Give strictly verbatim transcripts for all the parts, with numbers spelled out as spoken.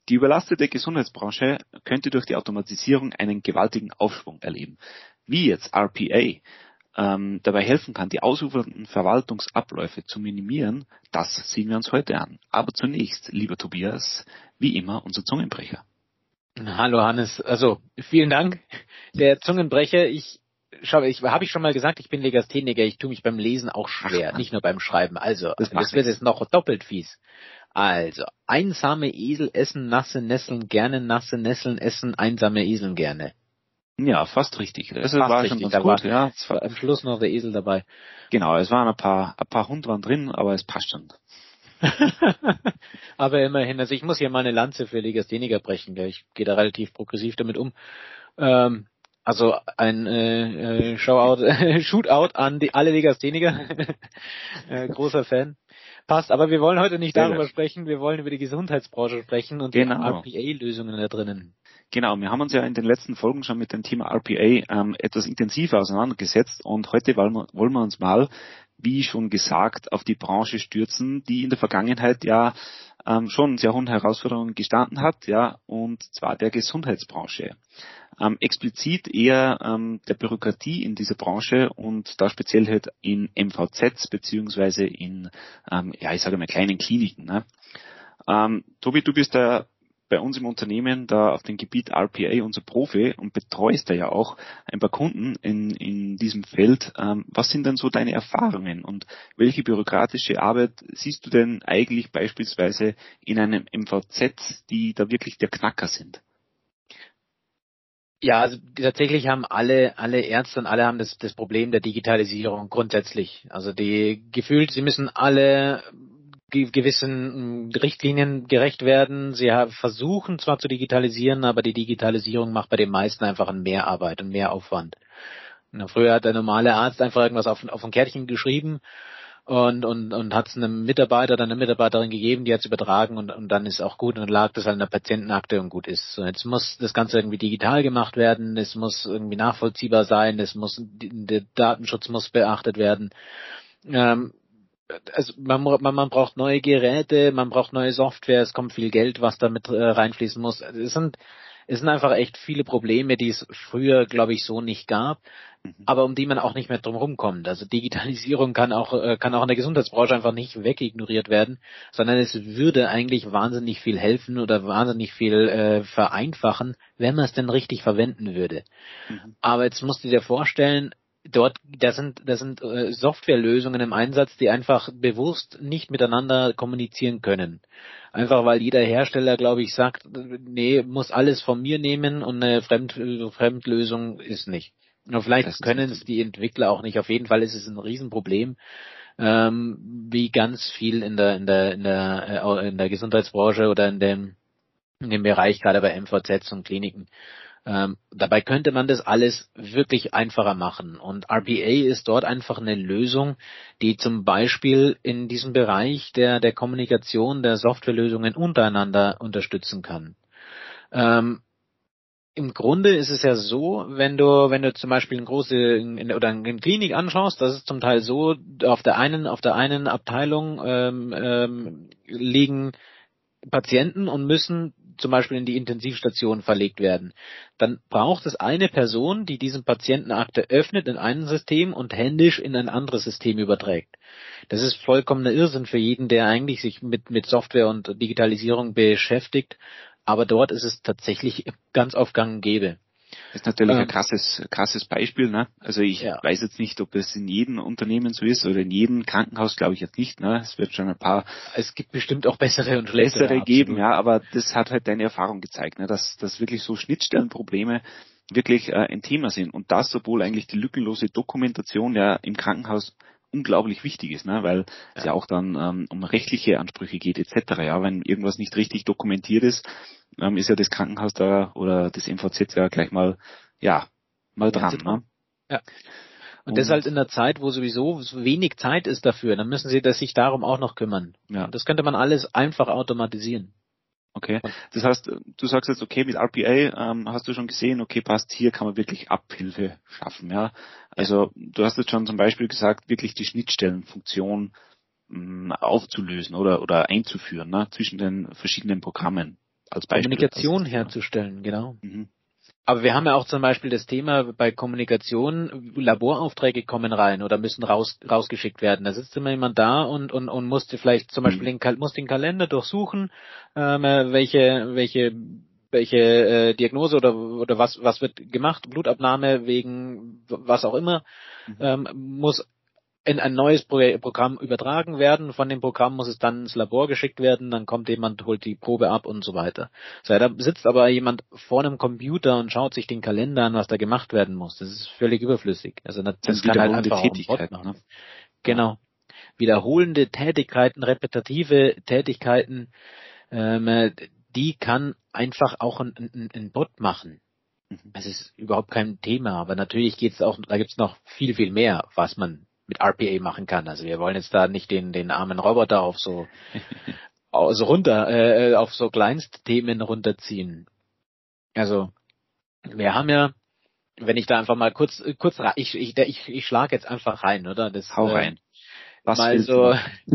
Die überlastete Gesundheitsbranche könnte durch die Automatisierung einen gewaltigen Aufschwung erleben. Wie jetzt R P A ähm, dabei helfen kann, die ausufernden Verwaltungsabläufe zu minimieren, das sehen wir uns heute an. Aber zunächst, lieber Tobias, wie immer unser Zungenbrecher. Hallo Hannes, also vielen Dank. Der Zungenbrecher, ich schau, ich habe ich schon mal gesagt, ich bin Legastheniker, ich tue mich beim Lesen auch schwer, Ach, nicht nur beim Schreiben. Also, das, das wird jetzt noch doppelt fies. Also, einsame Esel essen nasse Nesseln gerne, nasse Nesseln essen einsame Eseln gerne. Ja, fast richtig. Das Fast war richtig, schon ganz da gut. war, Ja, war am Schluss noch der Esel dabei. Genau, es waren ein paar, ein paar Hund waren drin, aber es passt schon. Aber immerhin, also ich muss hier mal eine Lanze für Legastheniker brechen, gell? Ich gehe da relativ progressiv damit um. Ähm, also ein äh, äh, Shoutout, Shootout an die alle Legastheniker. äh, großer Fan. Passt, aber wir wollen heute nicht Sehr darüber gut. sprechen, wir wollen über die Gesundheitsbranche sprechen und die Genau. R P A-Lösungen da drinnen. Genau, wir haben uns ja in den letzten Folgen schon mit dem Thema R P A ähm, etwas intensiver auseinandergesetzt und heute wollen wir, wollen wir uns mal, wie schon gesagt, auf die Branche stürzen, die in der Vergangenheit ja ähm, schon sehr hohen Herausforderungen gestanden hat, ja, und zwar der Gesundheitsbranche. Ähm, explizit eher ähm, der Bürokratie in dieser Branche und da speziell halt in M V Zs beziehungsweise in, ähm, ja, ich sage mal kleinen Kliniken. Ne? Ähm, Tobi, du bist da bei uns im Unternehmen da auf dem Gebiet R P A unser Profi und betreust da ja auch ein paar Kunden in, in diesem Feld. Ähm, was sind denn so deine Erfahrungen und welche bürokratische Arbeit siehst du denn eigentlich beispielsweise in einem M V Z, die da wirklich der Knacker sind? Ja, also tatsächlich haben alle, alle Ärzte und alle haben das, das Problem der Digitalisierung grundsätzlich. Also die gefühlt, sie müssen alle ge- gewissen mh, Richtlinien gerecht werden. Sie haben, versuchen zwar zu digitalisieren, aber die Digitalisierung macht bei den meisten einfach einen Mehrarbeit und Mehraufwand. Na, früher hat der normale Arzt einfach irgendwas auf, auf ein Kärtchen geschrieben und und und hat es einem Mitarbeiter oder einer Mitarbeiterin gegeben, die hat es übertragen und und dann ist auch gut und dann lag das halt in der Patientenakte und gut ist. So, jetzt muss das Ganze irgendwie digital gemacht werden, es muss irgendwie nachvollziehbar sein, es muss der Datenschutz muss beachtet werden. Ähm, also man, man, man braucht neue Geräte, man braucht neue Software, es kommt viel Geld, was damit äh, reinfließen muss. Also es sind es sind einfach echt viele Probleme, die es früher, glaube ich, so nicht gab, Mhm. aber um die man auch nicht mehr drum rumkommt. Also Digitalisierung kann auch äh, kann auch in der Gesundheitsbranche einfach nicht wegignoriert werden, sondern es würde eigentlich wahnsinnig viel helfen oder wahnsinnig viel äh, vereinfachen, wenn man es denn richtig verwenden würde. Mhm. Aber jetzt musst du dir vorstellen, dort, da sind, da sind äh, Softwarelösungen im Einsatz, die einfach bewusst nicht miteinander kommunizieren können. Einfach weil jeder Hersteller, glaube ich, sagt, nee, muss alles von mir nehmen und eine Fremd, Fremdlösung ist nicht. Und vielleicht Das ist können es natürlich. die Entwickler auch nicht. Auf jeden Fall ist es ein Riesenproblem, ähm, wie ganz viel in der in der in der äh, in der Gesundheitsbranche oder in dem in dem Bereich gerade bei M V Zs und Kliniken. Ähm, dabei könnte man das alles wirklich einfacher machen. Und R P A ist dort einfach eine Lösung, die zum Beispiel in diesem Bereich der, der Kommunikation der Softwarelösungen untereinander unterstützen kann. Ähm, Im Grunde ist es ja so, wenn du, wenn du zum Beispiel eine große in, oder eine Klinik anschaust, das ist zum Teil so, auf der einen, auf der einen Abteilung ähm, ähm, liegen Patienten und müssen zum Beispiel in die Intensivstation verlegt werden. Dann braucht es eine Person, die diesen Patientenakte öffnet in einem System und händisch in ein anderes System überträgt. Das ist vollkommener Irrsinn für jeden, der eigentlich sich mit, mit Software und Digitalisierung beschäftigt. Aber dort ist es tatsächlich ganz auf Gang und Gäbe. Das ist natürlich ein Ähm, krasses, krasses Beispiel, ne? Also ich ja. weiß jetzt nicht, ob es in jedem Unternehmen so ist oder in jedem Krankenhaus, glaube ich jetzt nicht, ne? Es wird schon ein paar Es gibt bestimmt auch bessere und schlechtere, bessere geben, absolut. ja, aber das hat halt deine Erfahrung gezeigt, ne? Dass, dass wirklich so Schnittstellenprobleme wirklich äh, ein Thema sind und das, obwohl eigentlich die lückenlose Dokumentation ja im Krankenhaus unglaublich wichtig ist, ne? Weil es Ja. ja auch dann ähm, um rechtliche Ansprüche geht et cetera. Ja, wenn irgendwas nicht richtig dokumentiert ist, ähm, ist ja das Krankenhaus da oder das M V Z ja gleich mal ja mal Wären sie dran, dran. ne? Ja. Und das halt Und in der Zeit, wo sowieso so wenig Zeit ist dafür, dann müssen sie das sich darum auch noch kümmern. ja, Und das könnte man alles einfach automatisieren. okay. Und Das heißt, du sagst jetzt, okay, mit R P A ähm, hast du schon gesehen, okay, passt, hier kann man wirklich Abhilfe schaffen, ja. ja, Also du hast jetzt schon zum Beispiel gesagt, wirklich die Schnittstellenfunktion mh, aufzulösen oder oder einzuführen, ne, zwischen den verschiedenen Programmen. als Beispiel. Kommunikation herzustellen, genau. Mhm. Aber wir haben ja auch zum Beispiel das Thema bei Kommunikation, Laboraufträge kommen rein oder müssen raus, rausgeschickt werden. Da sitzt immer jemand da und, und, und musste vielleicht zum Beispiel mhm. den, muss den Kalender durchsuchen, ähm, welche, welche, welche äh, Diagnose oder, oder was, was wird gemacht, Blutabnahme wegen was auch immer, mhm. ähm, muss in ein neues Pro- Programm übertragen werden. Von dem Programm muss es dann ins Labor geschickt werden, dann kommt jemand, holt die Probe ab und so weiter. So, ja, da sitzt aber jemand vor einem Computer und schaut sich den Kalender an, was da gemacht werden muss. Das ist völlig überflüssig. Also das, das kann halt einfach auch ein Bot machen. Ne? Genau. Ja. Wiederholende Tätigkeiten, repetitive Tätigkeiten, ähm, die kann einfach auch ein, ein, ein Bot machen. Es ist überhaupt kein Thema, aber natürlich geht's auch, da gibt's noch viel, viel mehr, was man mit R P A machen kann. Also wir wollen jetzt da nicht den den armen Roboter auf so so runter äh, auf so Kleinstthemen runterziehen. Also wir haben ja, wenn ich da einfach mal kurz kurz ich ich ich, ich schlage jetzt einfach rein, oder? Das Hau rein. Äh, Was mal so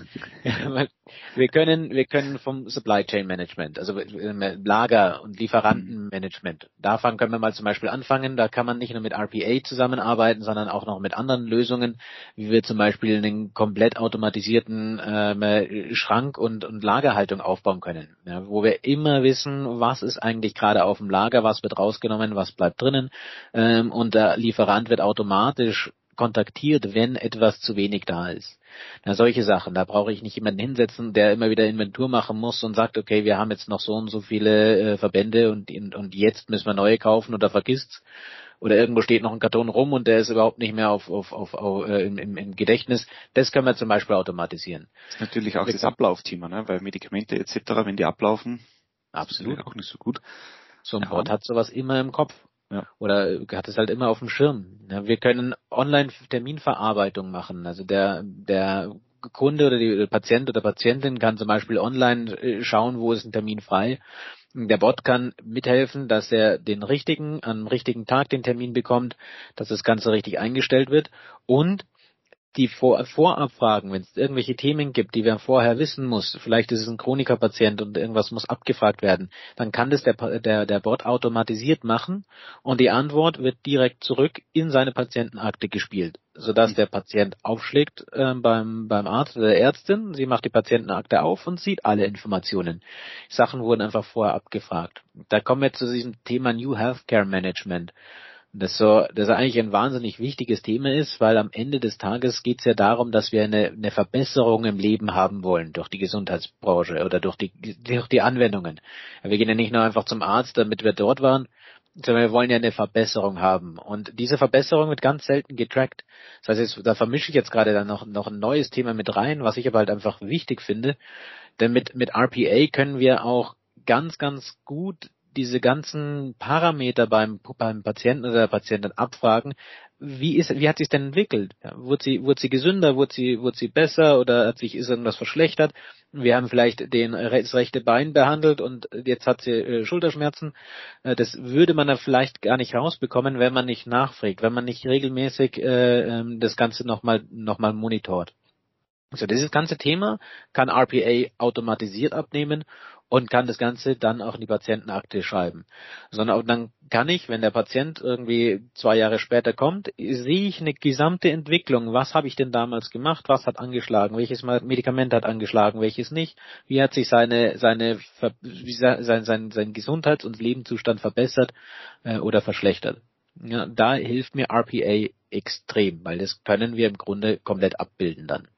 wir können wir können vom Supply Chain Management, also Lager- und Lieferantenmanagement. Davon können wir mal zum Beispiel anfangen. Da kann man nicht nur mit R P A zusammenarbeiten, sondern auch noch mit anderen Lösungen, wie wir zum Beispiel einen komplett automatisierten ähm, Schrank und, und Lagerhaltung aufbauen können, ja, wo wir immer wissen, was ist eigentlich gerade auf dem Lager, was wird rausgenommen, was bleibt drinnen, ähm, und der Lieferant wird automatisch kontaktiert, wenn etwas zu wenig da ist. Na, solche Sachen, da brauche ich nicht jemanden hinsetzen, der immer wieder Inventur machen muss und sagt, okay, wir haben jetzt noch so und so viele äh, Verbände und, und jetzt müssen wir neue kaufen oder vergisst's. Oder irgendwo steht noch ein Karton rum und der ist überhaupt nicht mehr auf, auf, auf, auf äh, im, im Gedächtnis. Das können wir zum Beispiel automatisieren. Das ist natürlich auch wir das Ablaufthema, ne? Weil Medikamente et cetera, wenn die ablaufen, absolut ist auch nicht so gut. So ein ja. Bot hat sowas immer im Kopf. Ja. Oder hat es halt immer auf dem Schirm. Ja, wir können Online-Terminverarbeitung machen. Also der, der Kunde oder die Patient oder Patientin kann zum Beispiel online schauen, wo ist ein Termin frei. Der Bot kann mithelfen, dass er den richtigen, am richtigen Tag den Termin bekommt, dass das Ganze richtig eingestellt wird und die Vor- Vorabfragen, wenn es irgendwelche Themen gibt, die wir vorher wissen muss, vielleicht ist es ein Chronikerpatient und irgendwas muss abgefragt werden, dann kann das der, der, der Bot automatisiert machen und die Antwort wird direkt zurück in seine Patientenakte gespielt, sodass der Patient aufschlägt äh, beim, beim Arzt oder der Ärztin, sie macht die Patientenakte auf und sieht alle Informationen. Sachen wurden einfach vorher abgefragt. Da kommen wir zu diesem Thema New Healthcare Management. Das so, das eigentlich ein wahnsinnig wichtiges Thema ist, weil am Ende des Tages geht es ja darum, dass wir eine, eine Verbesserung im Leben haben wollen durch die Gesundheitsbranche oder durch die, durch die Anwendungen. Wir gehen ja nicht nur einfach zum Arzt, damit wir dort waren, sondern wir wollen ja eine Verbesserung haben. Und diese Verbesserung wird ganz selten getrackt. Das heißt, jetzt, da vermische ich jetzt gerade dann noch, noch ein neues Thema mit rein, was ich aber halt einfach wichtig finde. Denn mit, mit R P A können wir auch ganz, ganz gut diese ganzen Parameter beim, beim Patienten oder der Patientin abfragen, wie ist, wie hat sich denn entwickelt? Ja, wurde sie, wurde sie gesünder, wurde sie, wurde sie besser oder hat sich, ist irgendwas verschlechtert? Wir haben vielleicht den, das rechte Bein behandelt und jetzt hat sie äh, Schulterschmerzen. Äh, das würde man da vielleicht gar nicht rausbekommen, wenn man nicht nachfragt, wenn man nicht regelmäßig äh, das Ganze nochmal, nochmal monitort. So, dieses ganze Thema kann R P A automatisiert abnehmen und kann das Ganze dann auch in die Patientenakte schreiben. Sondern dann kann ich, wenn der Patient irgendwie zwei Jahre später kommt, sehe ich eine gesamte Entwicklung. Was habe ich denn damals gemacht? Was hat angeschlagen? Welches Medikament hat angeschlagen? Welches nicht? Wie hat sich seine, seine, wie sein, sein, sein Gesundheits- und Lebenszustand verbessert äh, oder verschlechtert? Ja, da hilft mir R P A extrem, weil das können wir im Grunde komplett abbilden dann.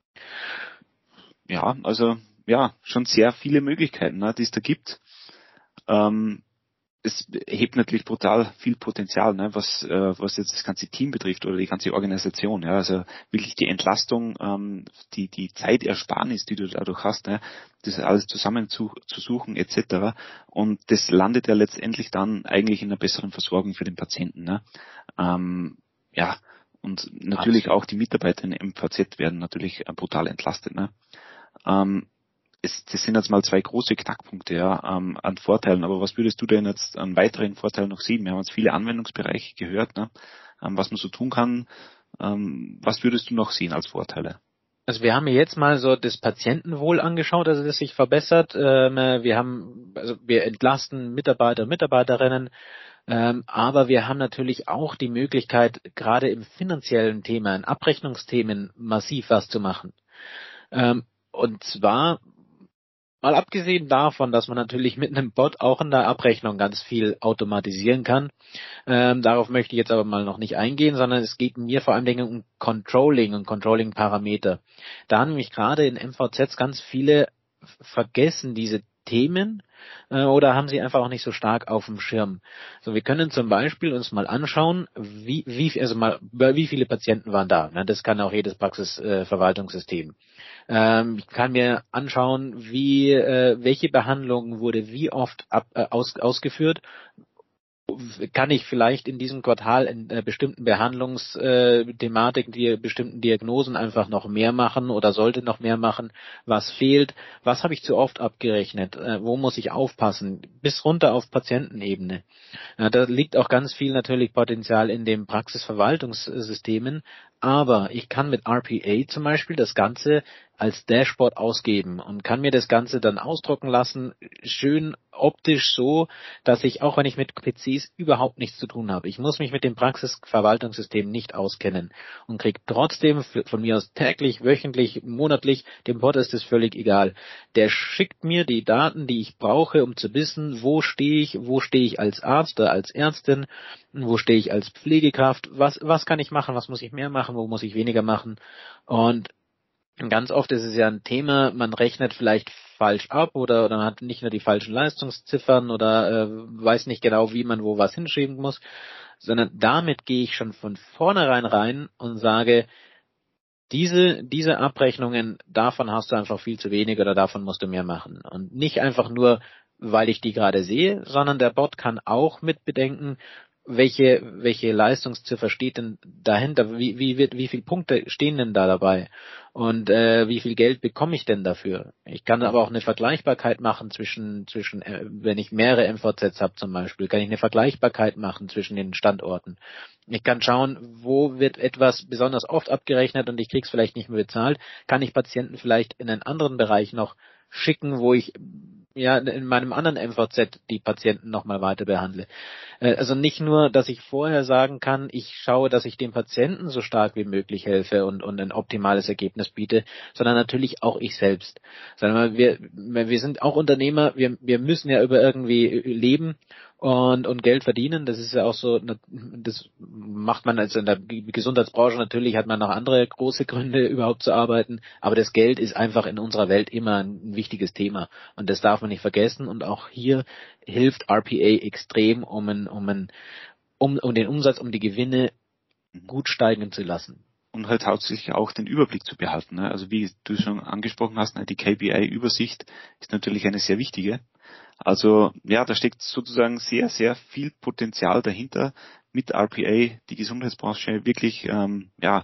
Ja, also ja, schon sehr viele Möglichkeiten, ne, die es da gibt. Ähm, es hebt natürlich brutal viel Potenzial, ne, was äh, was jetzt das ganze Team betrifft oder die ganze Organisation. Ja, also wirklich die Entlastung, ähm, die die Zeitersparnis, die du dadurch hast, ne, das alles zusammen zu, zu suchen et cetera. Und das landet ja letztendlich dann eigentlich in einer besseren Versorgung für den Patienten. Ne. Ähm, ja, und natürlich Absolut. Auch die Mitarbeiter in M V Z werden natürlich äh, brutal entlastet. Ne. Ähm, es, das sind jetzt mal zwei große Knackpunkte, ja, ähm, an Vorteilen. Aber was würdest du denn jetzt an weiteren Vorteilen noch sehen? Wir haben jetzt viele Anwendungsbereiche gehört, ne, ähm, was man so tun kann. Ähm, was würdest du noch sehen als Vorteile? Also wir haben jetzt mal so das Patientenwohl angeschaut, also das sich verbessert. Ähm, wir haben, also wir entlasten Mitarbeiter und Mitarbeiterinnen, ähm, aber wir haben natürlich auch die Möglichkeit, gerade im finanziellen Thema, in Abrechnungsthemen massiv was zu machen. Ähm, und zwar mal abgesehen davon, dass man natürlich mit einem Bot auch in der Abrechnung ganz viel automatisieren kann. Ähm, darauf möchte ich jetzt aber mal noch nicht eingehen, sondern es geht mir vor allen Dingen um Controlling und Controlling-Parameter. Da haben nämlich gerade in M V Zs ganz viele vergessen diese Themen äh, oder haben sie einfach auch nicht so stark auf dem Schirm. So, wir können zum Beispiel uns mal anschauen, wie, wie also mal wie viele Patienten waren da. Ne? Das kann auch jedes Praxisverwaltungssystem. Ähm, ich kann mir anschauen, wie äh, welche Behandlung wurde wie oft ab, äh, aus, ausgeführt. Kann ich vielleicht in diesem Quartal in äh, bestimmten Behandlungsthematiken, die bestimmten Diagnosen einfach noch mehr machen oder sollte noch mehr machen? Was fehlt? Was habe ich zu oft abgerechnet? Äh, wo muss ich aufpassen? Bis runter auf Patientenebene. Ja, da liegt auch ganz viel natürlich Potenzial in den Praxisverwaltungssystemen, aber ich kann mit R P A zum Beispiel das Ganze als Dashboard ausgeben und kann mir das Ganze dann ausdrucken lassen, schön optisch so, dass ich, auch wenn ich mit P Cs überhaupt nichts zu tun habe, ich muss mich mit dem Praxisverwaltungssystem nicht auskennen und kriege trotzdem von mir aus täglich, wöchentlich, monatlich, dem Bot ist es völlig egal. Der schickt mir die Daten, die ich brauche, um zu wissen, wo stehe ich, wo stehe ich als Arzt oder als Ärztin, wo stehe ich als Pflegekraft, was, was kann ich machen, was muss ich mehr machen, wo muss ich weniger machen. Und ganz oft ist es ja ein Thema, man rechnet vielleicht falsch ab oder, oder man hat nicht nur die falschen Leistungsziffern oder äh, weiß nicht genau, wie man wo was hinschieben muss, sondern damit gehe ich schon von vornherein rein und sage, diese, diese Abrechnungen, davon hast du einfach viel zu wenig oder davon musst du mehr machen. Und nicht einfach nur, weil ich die gerade sehe, sondern der Bot kann auch mit bedenken, welche, welche Leistungsziffer steht denn dahinter, wie, wie wird, wie viele Punkte stehen denn da dabei und äh, wie viel Geld bekomme ich denn dafür? Ich kann aber auch eine Vergleichbarkeit machen zwischen, zwischen, äh, wenn ich mehrere M V Zs habe zum Beispiel, kann ich eine Vergleichbarkeit machen zwischen den Standorten. Ich kann schauen, wo wird etwas besonders oft abgerechnet und ich krieg's vielleicht nicht mehr bezahlt. Kann ich Patienten vielleicht in einen anderen Bereich noch schicken, wo ich ja in meinem anderen M V Z die Patienten nochmal weiter behandle. Also nicht nur, dass ich vorher sagen kann, ich schaue, dass ich dem Patienten so stark wie möglich helfe und, und ein optimales Ergebnis biete, sondern natürlich auch ich selbst. Sagen wir, wir, wir sind auch Unternehmer, wir, wir müssen ja über irgendwie leben und, und Geld verdienen. Das ist ja auch so, das macht man also in der Gesundheitsbranche natürlich, hat man noch andere große Gründe überhaupt zu arbeiten, aber das Geld ist einfach in unserer Welt immer ein wichtiges Thema und das darf man nicht vergessen und auch hier hilft R P A extrem, um, ein, um, ein, um, um den Umsatz, um die Gewinne gut steigen zu lassen. Und halt hauptsächlich auch den Überblick zu behalten. Ne? Also wie du schon angesprochen hast, ne, die K P I-Übersicht ist natürlich eine sehr wichtige. Also ja, da steckt sozusagen sehr, sehr viel Potenzial dahinter, mit R P A die Gesundheitsbranche wirklich ähm, ja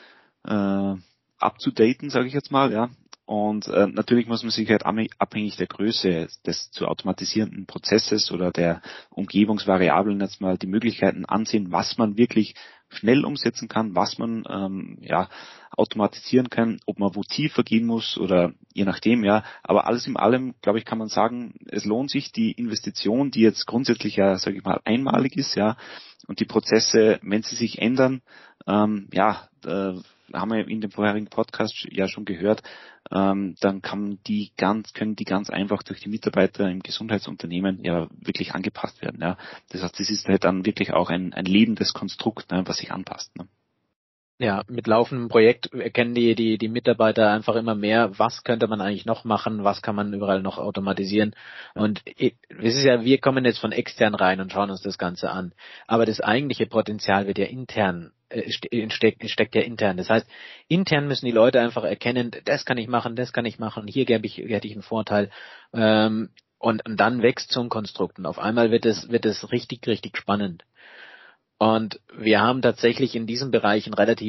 äh, up-to-daten, sage ich jetzt mal, ja. Und äh, natürlich muss man sich halt abhängig der Größe des zu automatisierenden Prozesses oder der Umgebungsvariablen jetzt mal die Möglichkeiten ansehen, was man wirklich schnell umsetzen kann, was man ähm, ja automatisieren kann, ob man wo tiefer gehen muss oder je nachdem, ja. Aber alles in allem, glaube ich, kann man sagen, es lohnt sich die Investition, die jetzt grundsätzlich ja, sage ich mal, einmalig ist, ja, und die Prozesse, wenn sie sich ändern, ähm, ja, äh, haben wir in dem vorherigen Podcast ja schon gehört, ähm, dann kann die ganz, können die ganz einfach durch die Mitarbeiter im Gesundheitsunternehmen ja wirklich angepasst werden. Ja. Das heißt, das ist halt dann wirklich auch ein, ein lebendes Konstrukt, ne, was sich anpasst. Ne. Ja, mit laufendem Projekt erkennen die, die, die Mitarbeiter einfach immer mehr, was könnte man eigentlich noch machen, was kann man überall noch automatisieren. Und es ist ja, wir kommen jetzt von extern rein und schauen uns das Ganze an. Aber das eigentliche Potenzial wird ja intern, äh, steckt, steckt ja intern. Das heißt, intern müssen die Leute einfach erkennen, das kann ich machen, das kann ich machen, hier gäbe ich, hätte ich einen Vorteil. Ähm, und, und dann wächst so ein Konstrukt. Und auf einmal wird es, wird es richtig, richtig spannend. Und wir haben tatsächlich in diesem Bereich ein relativ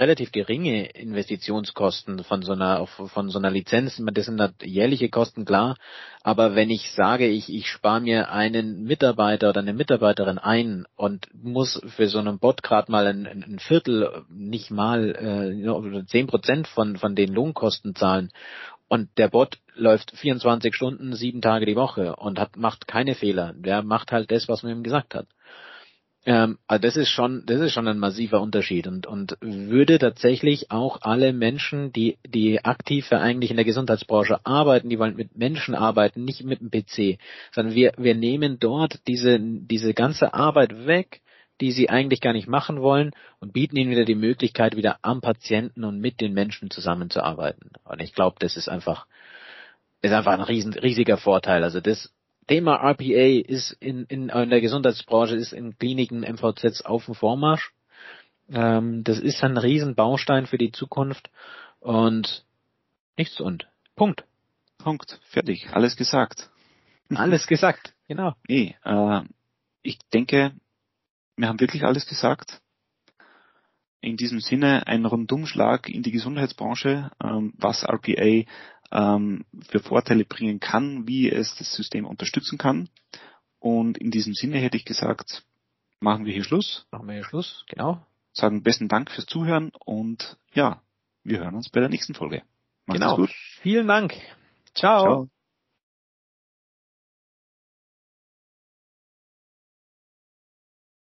relativ geringe Investitionskosten von so einer von so einer Lizenz. Das sind halt jährliche Kosten, klar. Aber wenn ich sage, ich ich spare mir einen Mitarbeiter oder eine Mitarbeiterin ein und muss für so einen Bot gerade mal ein, ein Viertel, nicht mal äh, oder zehn Prozent von von den Lohnkosten zahlen, und der Bot läuft vierundzwanzig Stunden, sieben Tage die Woche und hat macht keine Fehler. Der macht halt das, was man ihm gesagt hat. Ähm, also das ist schon, das ist schon ein massiver Unterschied und, und würde tatsächlich auch alle Menschen, die, die aktiv für eigentlich in der Gesundheitsbranche arbeiten, die wollen mit Menschen arbeiten, nicht mit dem P C, sondern wir, wir nehmen dort diese, diese ganze Arbeit weg, die sie eigentlich gar nicht machen wollen und bieten ihnen wieder die Möglichkeit, wieder am Patienten und mit den Menschen zusammenzuarbeiten. Und ich glaube, das ist einfach, ist einfach ein riesen, riesiger Vorteil. Also das Thema R P A ist in, in, in der Gesundheitsbranche, ist in Kliniken, M V Zs auf dem Vormarsch. Ähm, das ist ein Riesenbaustein für die Zukunft und nichts und. Punkt. Punkt. Fertig. Alles gesagt. Alles gesagt. Genau. Nee, äh, ich denke, wir haben wirklich alles gesagt. In diesem Sinne ein Rundumschlag in die Gesundheitsbranche, ähm, was R P A ähm, für Vorteile bringen kann, wie es das System unterstützen kann. Und in diesem Sinne hätte ich gesagt, machen wir hier Schluss. Machen wir hier Schluss, genau. Sagen besten Dank fürs Zuhören und ja, wir hören uns bei der nächsten Folge. Macht's genau. gut. Vielen Dank. Ciao. Ciao.